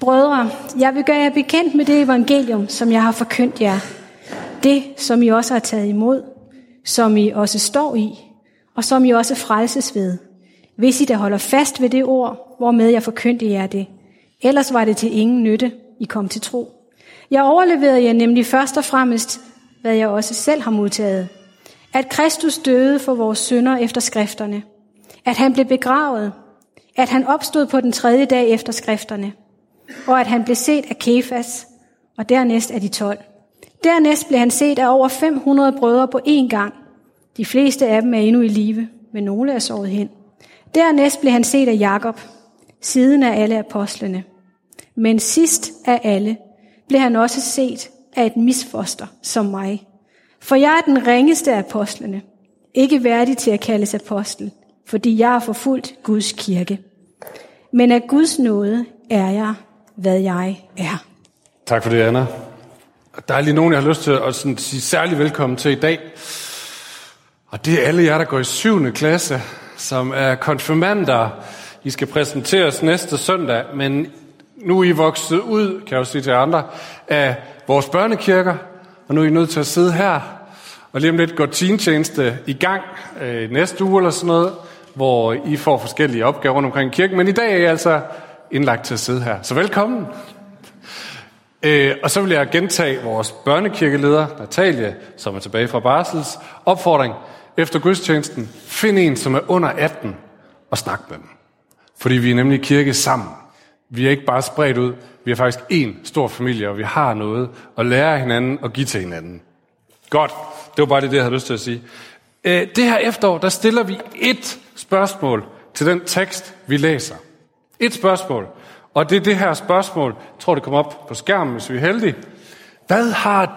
Brødre, jeg vil gøre jer bekendt med det evangelium, som jeg har forkyndt jer. Det, som I også har taget imod, som I også står i, og som I også frelses ved. Hvis I da holder fast ved det ord, hvormed jeg forkyndte jer det. Ellers var det til ingen nytte, I kom til tro. Jeg overleverede jer nemlig først og fremmest, hvad jeg også selv har modtaget. At Kristus døde for vores synder efter skrifterne. At han blev begravet. At han opstod på den 3. dag efter skrifterne. Og at han blev set af Kefas, og dernæst af de 12. Dernæst blev han set af over 500 brødre på én gang. De fleste af dem er endnu i live, men nogle er såret hen. Dernæst blev han set af Jakob, siden af alle apostlene. Men sidst af alle blev han også set af et misfoster som mig. For jeg er den ringeste af apostlene, ikke værdig til at kaldes apostel, fordi jeg har forfulgt Guds kirke. Men af Guds nåde er jeg, hvad jeg er. Tak for det, Anna. Der er lige nogen, jeg har lyst til at sige særlig velkommen til i dag. Og det er alle jer, der går i 7. klasse, som er konfirmander. I skal præsenteres næste søndag, men nu er I vokset ud, kan jeg jo sige til andre, af vores børnekirker. Og nu er I nødt til at sidde her. Og lige om lidt går teamtjeneste i gang næste uge eller sådan noget, hvor I får forskellige opgaver rundt omkring kirken. Men i dag er I altså indlagt til at sidde her. Så velkommen. Og så vil jeg gentage vores børnekirkeleder, Natalie, som er tilbage fra barsels, opfordring efter gudstjenesten. Find en, som er under 18, og snak med dem. Fordi vi er nemlig kirke sammen. Vi er ikke bare spredt ud. Vi er faktisk en stor familie, og vi har noget at lære hinanden og give til hinanden. Godt. Det var bare det, jeg havde lyst til at sige. Det her efterår, der stiller vi et spørgsmål til den tekst, vi læser. Et spørgsmål. Og det er det her spørgsmål, jeg tror det kommer op på skærmen, hvis vi er heldige. Hvad har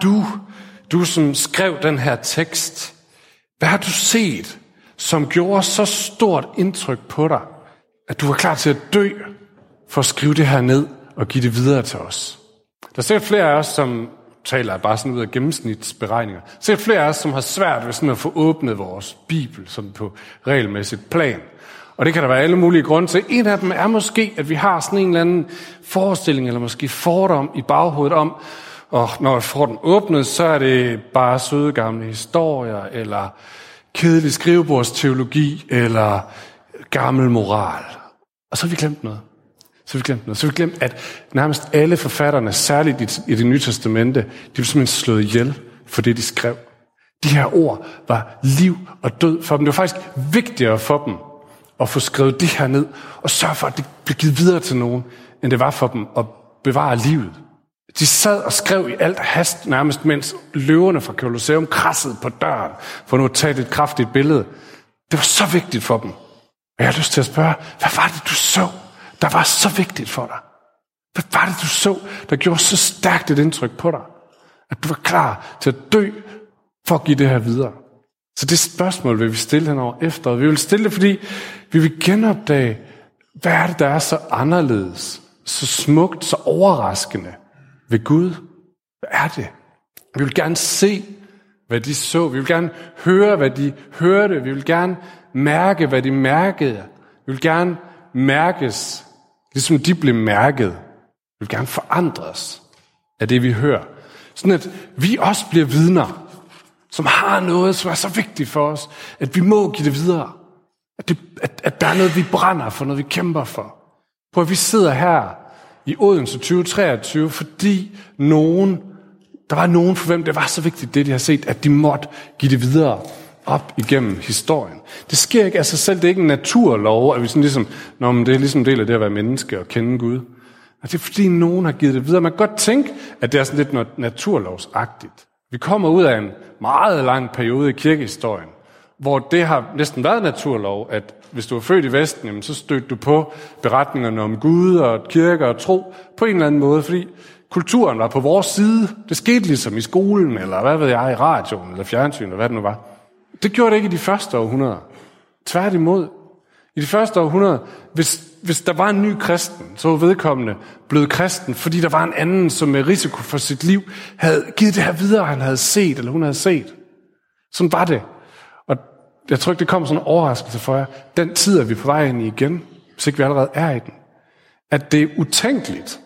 du som skrev den her tekst, hvad har du set, som gjorde så stort indtryk på dig, at du var klar til at dø for at skrive det her ned og give det videre til os? Der er sikkert flere af os, som taler bare sådan ud af gennemsnitsberegninger. Der er sikkert flere af os, som har svært ved sådan at få åbnet vores bibel sådan på regelmæssigt plan. Og det kan der være alle mulige grunde til. En af dem er måske, at vi har sådan en eller anden forestilling, eller måske fordom i baghovedet om, og når vi får den åbnet, så er det bare søde gamle historier, eller kedelig skrivebordsteologi, eller gammel moral. Og så har vi glemt noget. Så har vi glemt, at nærmest alle forfatterne, særligt i Det Nye Testamente, de blev simpelthen slået ihjel for det, de skrev. De her ord var liv og død for dem. Det var faktisk vigtigere for dem at få skrevet det her ned, og sørge for, at det blev givet videre til nogen, end det var for dem at bevare livet. De sad og skrev i alt hast, nærmest mens løverne fra Colosseum krassede på døren, for nu at tage et kraftigt billede. Det var så vigtigt for dem. Og jeg har lyst til at spørge, hvad var det, du så, der var så vigtigt for dig? Hvad var det, du så, der gjorde så stærkt et indtryk på dig? At du var klar til at dø for at give det her videre. Så det spørgsmål vil vi stille henover efteråret. Vi vil stille det, fordi vi vil genopdage, hvad er det, der er så anderledes, så smukt, så overraskende ved Gud? Hvad er det? Vi vil gerne se, hvad de så. Vi vil gerne høre, hvad de hørte. Vi vil gerne mærke, hvad de mærkede. Vi vil gerne mærkes, ligesom de blev mærket. Vi vil gerne forandres af det, vi hører. Sådan at vi også bliver vidner, som har noget, som er så vigtigt for os, at vi må give det videre. At der er noget, vi brænder for, noget vi kæmper for. Prøv at vi sidder her i Odense 2023, fordi der var nogen for hvem det var så vigtigt, det de har set, at de måtte give det videre op igennem historien. Det sker ikke af sig selv, det er ikke en naturlov, at vi sådan ligesom, det er ligesom en del af det at være menneske og kende Gud. Og det er fordi nogen har givet det videre. Man kan godt tænke, at det er sådan lidt noget naturlovsagtigt. Vi kommer ud af en meget lang periode i kirkehistorien, hvor det har næsten været naturlov, at hvis du er født i Vesten, jamen, så stødte du på beretningerne om Gud og kirker og tro på en eller anden måde, fordi kulturen var på vores side. Det skete ligesom i skolen, eller hvad ved jeg, i radioen, eller fjernsyn, eller hvad det nu var. Det gjorde det ikke i de første århundreder. Tværtimod. I de første århundreder, hvis der var en ny kristen, så var vedkommende blevet kristen, fordi der var en anden, som med risiko for sit liv havde givet det her videre, han havde set, eller hun havde set. Sådan var det. Og jeg tror ikke, det kommer sådan en overraskelse for jer. Den tid er vi på vej ind i igen, hvis ikke vi allerede er i den. At det er utænkeligt,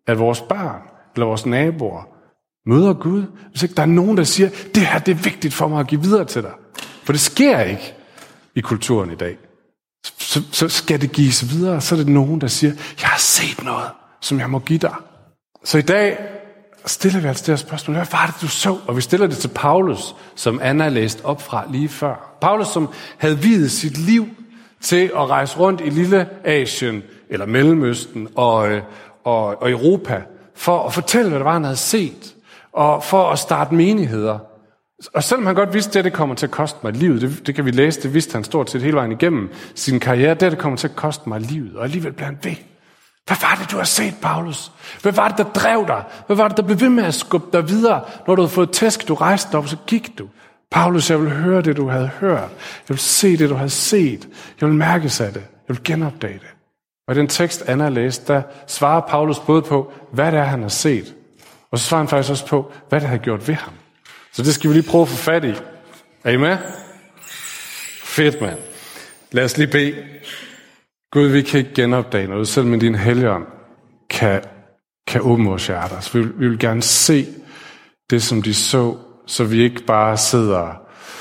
at vores børn eller vores naboer møder Gud, hvis ikke der er nogen, der siger, det her det er vigtigt for mig at give videre til dig. For det sker ikke i kulturen i dag. Så skal det gives videre, så er det nogen, der siger, jeg har set noget, som jeg må give dig. Så i dag stiller vi altså det her spørgsmål, hvad var det, du så? Og vi stiller det til Paulus, som Anna læste op fra lige før. Paulus, som havde viet sit liv til at rejse rundt i lille Asien, eller Mellemøsten og Europa, for at fortælle, hvad det var, han havde set, og for at starte menigheder. Og selvom han godt vidste, at det kommer til at koste mig livet, det kan vi læse, det vidste han stort set hele vejen igennem sin karriere, det kommer til at koste mig livet, og alligevel bliver han ved. Hvad var det, du har set, Paulus? Hvad var det, der drev dig? Hvad var det, der blev ved med at skubbe dig videre, når du havde fået tæsk, du rejste dig op, så gik du? Paulus, jeg vil høre det, du havde hørt. Jeg vil se det, du havde set. Jeg vil mærke sig det. Jeg vil genopdage det. Og i den tekst, Anna læste, der svarer Paulus både på, hvad det er, han har set, og så svarer han faktisk også på, hvad det har gjort ved ham. Så det skal vi lige prøve at få fat i. Er I med? Fedt, mand. Lad os lige bede. Gud, vi kan ikke genopdage noget, selv med din Helligånd kan åbne vores hjerter. Så vi vil gerne se det, som de så vi ikke bare sidder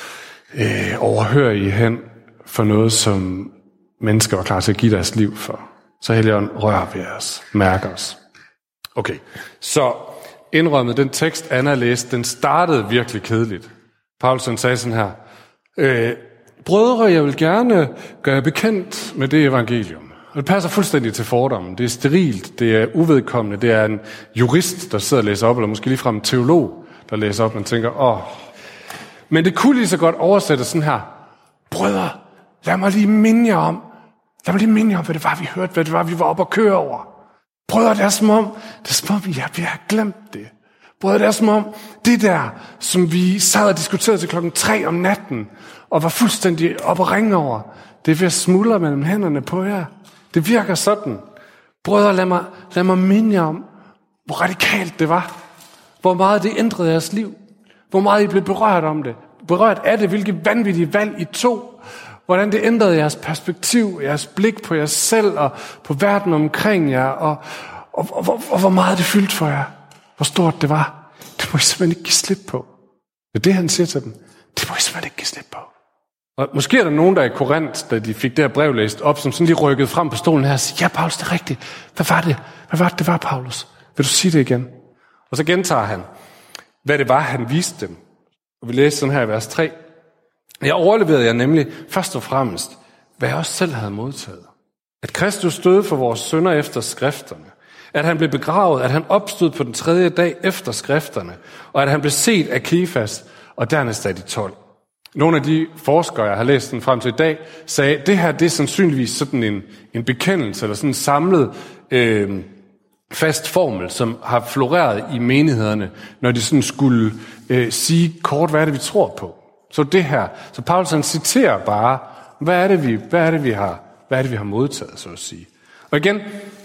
overhørige hen for noget, som mennesker var klar til at give deres liv for. Så Helligånd, rør ved os, mærker os. Okay, så indrømmet, den tekst, Anna læste, den startede virkelig kedeligt. Paulus sagde sådan her, brødre, jeg vil gerne gøre bekendt med det evangelium. Og det passer fuldstændig til fordommen. Det er sterilt, det er uvedkommende, det er en jurist, der sidder og læser op, eller måske ligefrem en teolog, der læser op, og man tænker, Men det kunne lige så godt oversættes sådan her, brødre, lad mig lige minde jer om, hvad det var, vi hørte, hvad det var, vi var oppe og køre over. Brødre, det er som om vi har glemt det. Brødre, det er som om, det der, som vi sad og diskuterede til 3:00 om natten, og var fuldstændig op og ringe over, det er ved at smuldre mellem hænderne på jer. Det virker sådan. Brødre, lad mig minde jer om, hvor radikalt det var. Hvor meget det ændrede jeres liv. Hvor meget I blev berørt om det. Berørt af det, hvilke vanvittige valg I tog. Hvordan det ændrede jeres perspektiv, jeres blik på jer selv og på verden omkring jer. Og hvor meget det fyldte for jer. Hvor stort det var. Det må I simpelthen ikke give slip på. Det er det, han siger til dem. Det må I simpelthen ikke give slip på. Og måske er der nogen, der i Korinth, da de fik det her brev læst op, som sådan lige rykkede frem på stolen her og siger, ja, Paulus, det er rigtigt. Hvad var det, det var, Paulus? Vil du sige det igen? Og så gentager han, hvad det var, han viste dem. Og vi læser sådan her i vers 3. Jeg overleverede jer nemlig først og fremmest, hvad jeg også selv havde modtaget. At Kristus døde for vores synder efter skrifterne. At han blev begravet, at han opstod på den 3. dag efter skrifterne. Og at han blev set af Kefas, og dernæst af de 12. Nogle af de forskere, jeg har læst den frem til i dag, sagde, det her det er sandsynligvis sådan en bekendelse, eller sådan en samlet fast formel, som har floreret i menighederne, når de sådan skulle sige kort, hvad er det, vi tror på. Så det her, så Paulus han citerer bare, hvad er det, vi har modtaget, så at sige. Og igen,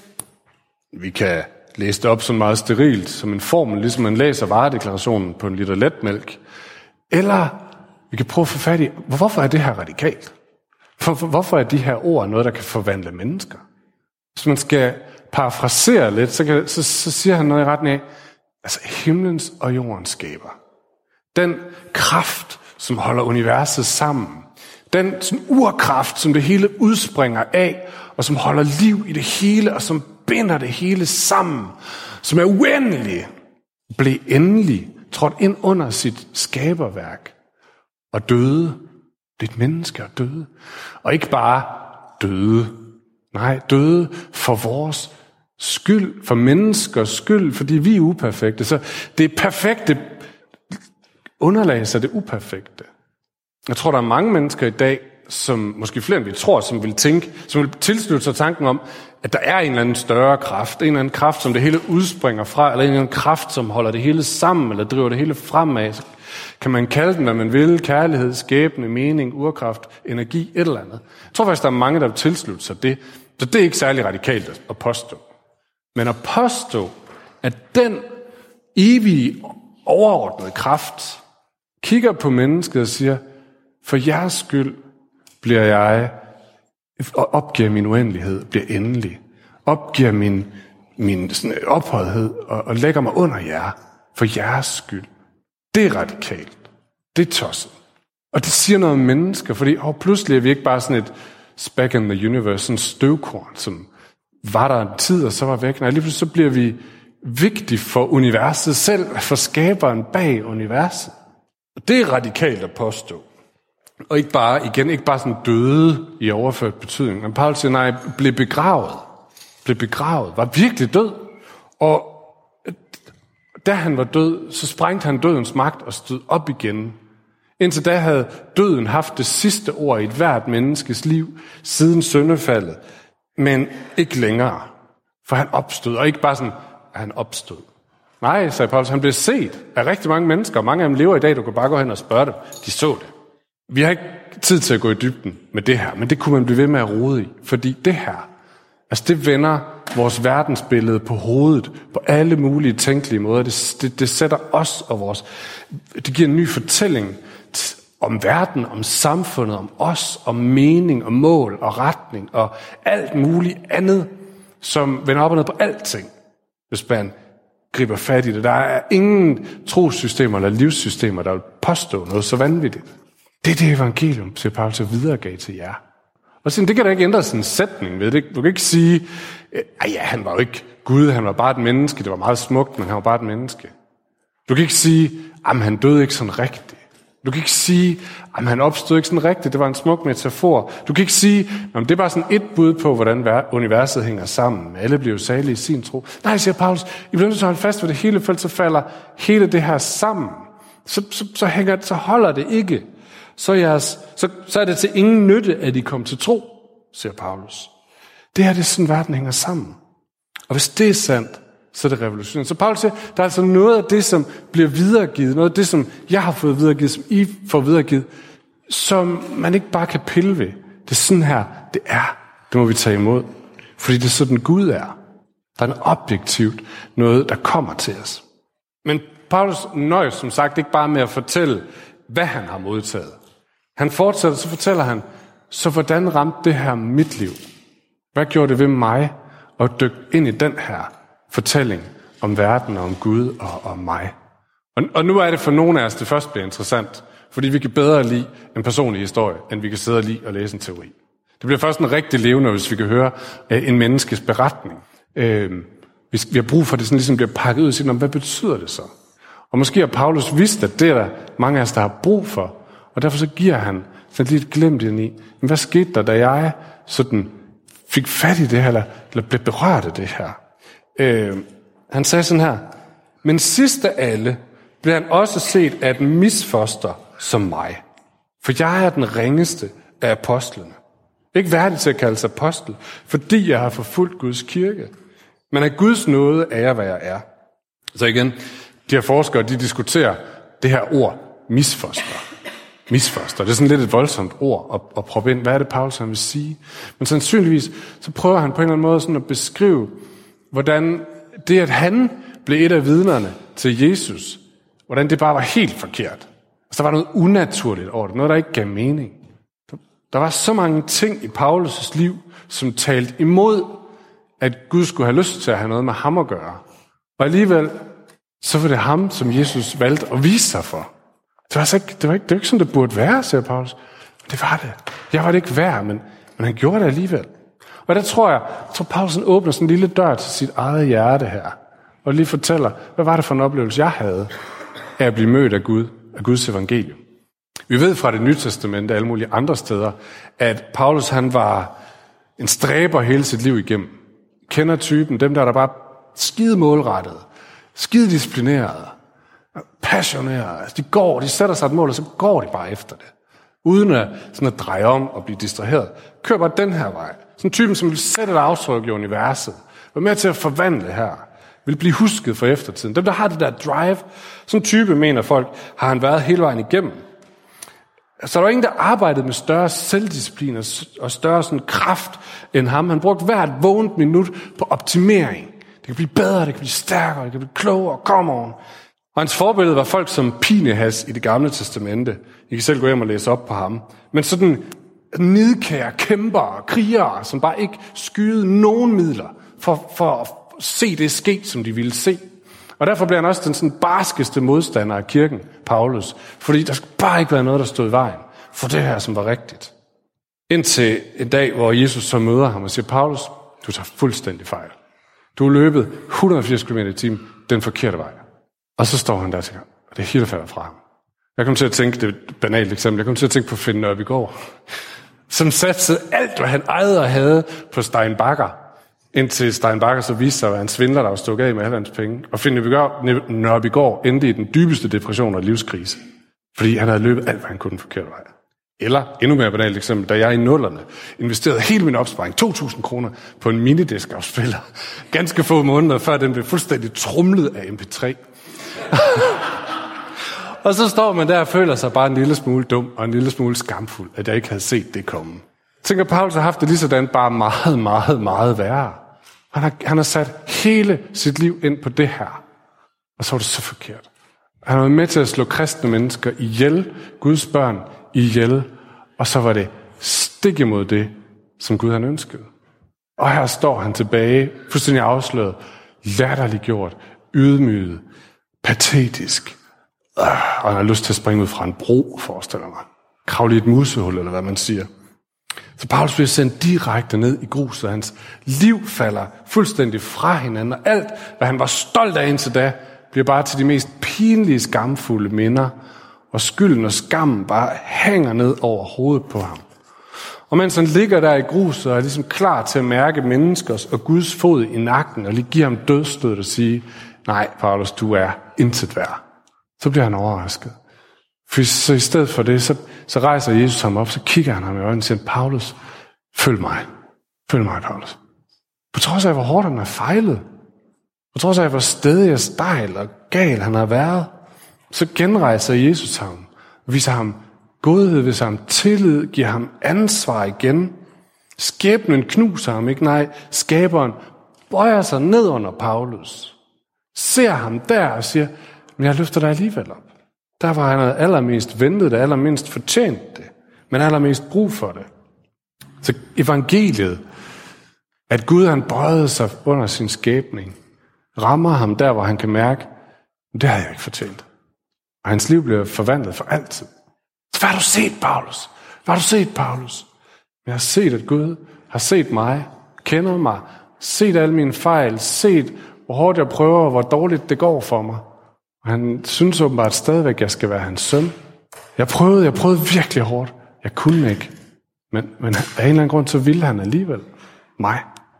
vi kan læse det op sådan meget sterilt, som en formel, ligesom man læser varedeklarationen på en liter letmælk. Eller vi kan prøve at få fat i, hvorfor er det her radikalt? Hvorfor er de her ord noget, der kan forvandle mennesker? Hvis man skal parafrasere lidt, så siger han noget i retning af, altså himlens og jordens skaber. Den kraft, som holder universet sammen. Den sådan urkraft, som det hele udspringer af, og som holder liv i det hele, og som binder det hele sammen, som er uendelig, blev endelig trådt ind under sit skaberværk og døde. Det er et menneske og døde. Og ikke bare døde. Nej, døde for vores skyld, for menneskers skyld, fordi vi er uperfekte. Så det perfekte underlag sig det uperfekte. Jeg tror, der er mange mennesker i dag, som måske flere end vi tror, som vil tilslutte sig tanken om, at der er en eller anden større kraft, en eller anden kraft, som det hele udspringer fra, eller en eller anden kraft, som holder det hele sammen, eller driver det hele fremad. Så kan man kalde den, hvad man vil, kærlighed, skæbne, mening, urkraft, energi, et eller andet. Jeg tror faktisk, der er mange, der vil tilslutte sig det. Så det er ikke særlig radikalt at påstå. Men at påstå, at den evige, overordnede kraft kigger på mennesket og siger, for jeres skyld bliver jeg, opgiver min uendelighed, bliver endelig. Opgiver min sådan, ophøjethed og lægger mig under jer for jeres skyld. Det er radikalt. Det er tosset. Og det siger noget om mennesker, fordi pludselig er vi ikke bare sådan et speck in the universe, sådan en støvkorn, som var der en tid, og så var væk. Nej, lige pludselig så bliver vi vigtige for universet selv, for skaberen bag universet. Og det er radikalt at påstå. Og ikke bare sådan døde i overført betydning. Men Paulus siger, nej, blev begravet, var virkelig død. Og da han var død, så sprængte han dødens magt og stod op igen. Indtil da havde døden haft det sidste ord i et hvert menneskes liv siden syndefaldet. Men ikke længere. For han opstod, og ikke bare sådan, at han opstod. Nej, sagde Paulus, han blev set af rigtig mange mennesker, og mange af dem lever i dag, du kan bare gå hen og spørge dem. De så det. Vi har ikke tid til at gå i dybden med det her, men det kunne man blive ved med at rode i. Fordi det her, altså det vender vores verdensbillede på hovedet, på alle mulige tænkelige måder. Det sætter os og vores... Det giver en ny fortælling om verden, om samfundet, om os, om mening, og mål, og retning, og alt muligt andet, som vender op og ned på alting, hvis man griber fat i det. Der er ingen trossystemer eller livssystemer, der vil påstå noget så vanvittigt. Det er det evangelium, siger Paulus, og videregav til jer. Og sådan, det kan da ikke ændre sådan en sætning ved det. Du kan ikke sige, han var jo ikke Gud, han var bare et menneske. Det var meget smukt, men han var bare et menneske. Du kan ikke sige, han døde ikke sådan rigtigt. Du kan ikke sige, han opstod ikke sådan rigtigt. Det var en smuk metafor. Du kan ikke sige, det er bare sådan et bud på, hvordan universet hænger sammen. Alle bliver jo salige i sin tro. Nej, siger Paulus, I bliver nødt til at holde fast ved det hele, for så falder hele det her sammen. Så holder det ikke. Så er det til ingen nytte, at I kom til tro, siger Paulus. Det er sådan, verden hænger sammen. Og hvis det er sandt, så er det revolution. Så Paulus siger, der er altså noget af det, som bliver videregivet, noget af det, som jeg har fået videregivet, som I får videregivet, som man ikke bare kan pille ved. Det er sådan her, det er. Det må vi tage imod. Fordi det er sådan, Gud er. Der er objektivt noget, der kommer til os. Men Paulus nøjes som sagt ikke bare med at fortælle, hvad han har modtaget. Han fortsætter, så fortæller han, så hvordan ramte det her mit liv? Hvad gjorde det ved mig at dykke ind i den her fortælling om verden og om Gud og om mig? Og nu er det for nogle af os, det først bliver interessant, fordi vi kan bedre lide en personlig historie, end vi kan sidde og lide og læse en teori. Det bliver først en rigtig levende, hvis vi kan høre en menneskes beretning. Vi har brug for, at det sådan ligesom bliver pakket ud og siger, hvad betyder det så? Og måske har Paulus vidst, at det er der mange af os, der har brug for. Og derfor så giver han sådan lige et glimt ind i, men hvad skete der, da jeg sådan fik fat i det her, eller blev berørt af det her? Han sagde sådan her, men sidst af alle blev han også set af et misfoster som mig. For jeg er den ringeste af apostlene. Ikke værdig til at kalde sig apostel, fordi jeg har forfulgt Guds kirke. Men af Guds nåde er jeg, hvad jeg er. Så igen, de her forskere, de diskuterer det her ord, misfoster. Misfoster. Det er sådan lidt et voldsomt ord at proppe ind. Hvad er det, Paulus han vil sige? Men sandsynligvis, så prøver han på en eller anden måde sådan at beskrive, hvordan det, at han blev et af vidnerne til Jesus, hvordan det bare var helt forkert. Altså, der var noget unaturligt over det. Noget, der ikke gav mening. Der var så mange ting i Paulus' liv, som talte imod, at Gud skulle have lyst til at have noget med ham at gøre. Og alligevel, så var det ham, som Jesus valgte at vise sig for. Det var ikke sådan, det burde være, siger Paulus. Det var det. Jeg var det ikke værd, men han gjorde det alligevel. Og der tror jeg, Paulus åbner sådan en lille dør til sit eget hjerte her. Og lige fortæller, hvad var det for en oplevelse, jeg havde af at blive mødt af Gud, af Guds evangelium. Vi ved fra Det Nye Testamente og alle mulige andre steder, at Paulus han var en stræber hele sit liv igennem. Kender typen, dem der bare skide målrettede, skide disciplinerede, passionerede. Altså de sætter sig et mål, og så går de bare efter det. Uden at dreje om og blive distraheret. Kør bare den her vej. Sådan en typen, som vil sætte et aftryk i universet. Var med til at forvandle her. Vil blive husket for eftertiden. Dem, der har det der drive. Sådan en type, mener folk, har han været hele vejen igennem. Så der var ingen, der arbejdede med større selvdisciplin og større sådan kraft end ham. Han brugte hvert vågent minut på optimering. Det kan blive bedre, det kan blive stærkere, det kan blive klogere, come on. Og hans forbillede var folk som Pinehas i Det Gamle Testamente. I kan selv gå hjem og læse op på ham. Men sådan nidkære kæmpere, krigere, som bare ikke skyede nogen midler for se det ske, som de ville se. Og derfor bliver han også den sådan barskeste modstander af kirken, Paulus. Fordi der skal bare ikke være noget, der stod i vejen for det her, som var rigtigt. Indtil en dag, hvor Jesus så møder ham og siger, Paulus, du tager fuldstændig fejl. Du har løbet 180 km i timen den forkerte vej. Og så står han der til gang, og det hele falder fra ham. Jeg kom til at tænke, det er et banalt eksempel, jeg kom til at tænke på Finn Nørbegaard, som satsede alt, hvad han ejede og havde på Stein Bagger, indtil Stein Bagger så viste sig at være en svindler, der var stukket af med alle hans penge. Og Finn Nørbegaard endte i den dybeste depression og livskrise, fordi han havde løbet alt, hvad han kunne den forkerte vej. Eller, endnu mere banalt eksempel, da jeg i 00'erne investerede hele min opsparing, 2.000 kroner, på en minidisc-afspiller, ganske få måneder før den blev fuldstændig trumlet af MP3. Og så står man der og føler sig bare en lille smule dum og en lille smule skamfuld, at jeg ikke havde set det komme. Jeg tænker, Paulus har haft det lige sådan bare meget, meget, meget værre. Han har sat hele sit liv ind på det her. Og så var det så forkert. Han har været med til at slå kristne mennesker ihjel, Guds børn ihjel, og så var det stik imod det, som Gud han ønskede. Og her står han tilbage, fuldstændig afsløret, latterliggjort, ydmyget, patetisk. Og han har lyst til at springe ud fra en bro, forestiller mig. Kravle i et musehul, eller hvad man siger. Så Paulus bliver sendt direkte ned i gruset, og hans liv falder fuldstændig fra hinanden, og alt, hvad han var stolt af indtil da, bliver bare til de mest pinlige, skamfulde minder, og skylden og skammen bare hænger ned over hovedet på ham. Og mens han ligger der i gruset og er ligesom klar til at mærke menneskers og Guds fod i nakken, og lige give ham dødsstød og sige, nej, Paulus, du er intet værd. Så bliver han overrasket. For så i stedet for det, så rejser Jesus ham op, så kigger han ham i øjnene og siger, Paulus, følg mig. Følg mig, Paulus. På trods af, hvor hårdt han har fejlet, på trods af, hvor stedig og stejl og gal han har været, så genrejser Jesus ham, og viser ham godhed, viser ham tillid, giver ham ansvar igen. Skæbnen knuser ham ikke, nej, skaberen bøjer sig ned under Paulus, ser ham der og siger, men jeg løfter dig alligevel op. Der var han allermest ventet det, allermest fortjent det, men allermest brug for det. Så evangeliet, at Gud han bøjede sig under sin skæbning, rammer ham der, hvor han kan mærke, det har jeg ikke fortjent. Og hans liv bliver forvandlet for altid. Så hvad har du set, Paulus? Hvad har du set, Paulus? Jeg har set, at Gud har set mig, kender mig, set alle mine fejl, set, hvor hårdt jeg prøver, og hvor dårligt det går for mig. Og han synes åbenbart stadigvæk, at jeg skal være hans søn. Jeg prøvede virkelig hårdt. Jeg kunne ikke. Men af en eller anden grund, så ville han alligevel mig.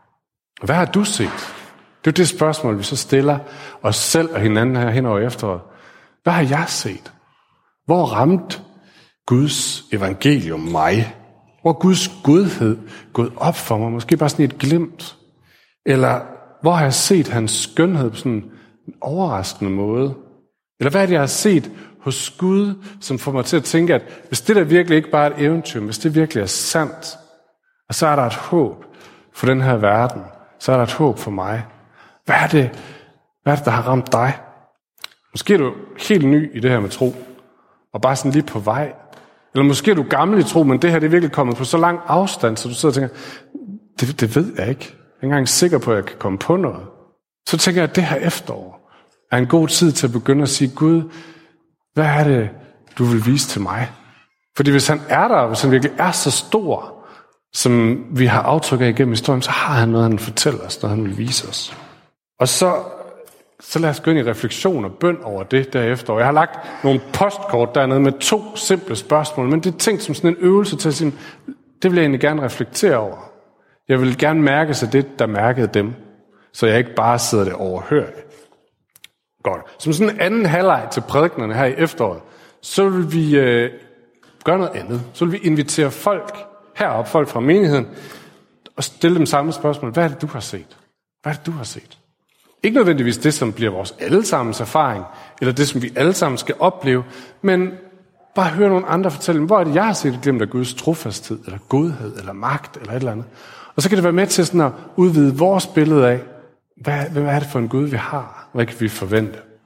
Hvad har du set? Det er jo det spørgsmål, vi så stiller os selv og hinanden her hen over efteråret. Hvad har jeg set? Hvor ramte Guds evangelium mig? Hvor er Guds godhed gået op for mig? Måske bare sådan et glimt. Eller hvor har jeg set hans skønhed på sådan en overraskende måde? Eller hvad er det, jeg har set hos Gud, som får mig til at tænke, at hvis det der virkelig ikke bare er et eventyr, hvis det virkelig er sandt, og så er der et håb for den her verden, så er der et håb for mig. Hvad er det, der har ramt dig? Måske er du helt ny i det her med tro, og bare sådan lige på vej. Eller måske er du gammel i tro, men det her det er virkelig kommet på så lang afstand, så du sidder og tænker, det ved jeg ikke. Jeg er ikke engang sikker på, at jeg kan komme på noget. Så tænker jeg, at det her efterår er en god tid til at begynde at sige, Gud, hvad er det, du vil vise til mig? Fordi hvis han er der, hvis han virkelig er så stor, som vi har aftryk af igennem historien, så har han noget, han fortæller os, når han vil vise os. Og så lad os gå ind i refleksion og bøn over det derefter. Jeg har lagt nogle postkort dernede med 2 simple spørgsmål, men det er tænkt som sådan en øvelse til at sige, det vil jeg egentlig gerne reflektere over. Jeg vil gerne mærke sig det, der mærkede dem, så jeg ikke bare sidder det overhørigt. Godt. Som sådan en anden halvleg til prædiknerne her i efteråret, så vil vi gøre noget andet. Så vil vi invitere folk herop, folk fra menigheden, og stille dem samme spørgsmål. Hvad er det, du har set? Hvad er det, du har set? Ikke nødvendigvis det, som bliver vores allesammens erfaring, eller det, som vi allesammen skal opleve, men bare høre nogle andre fortælle, hvor er det, jeg har set et glimt af Guds trofasthed, eller godhed, eller magt, eller et eller andet. Og så kan det være med til sådan at udvide vores billede af, hvad er det for en Gud, vi har? Hvad kan vi forvente?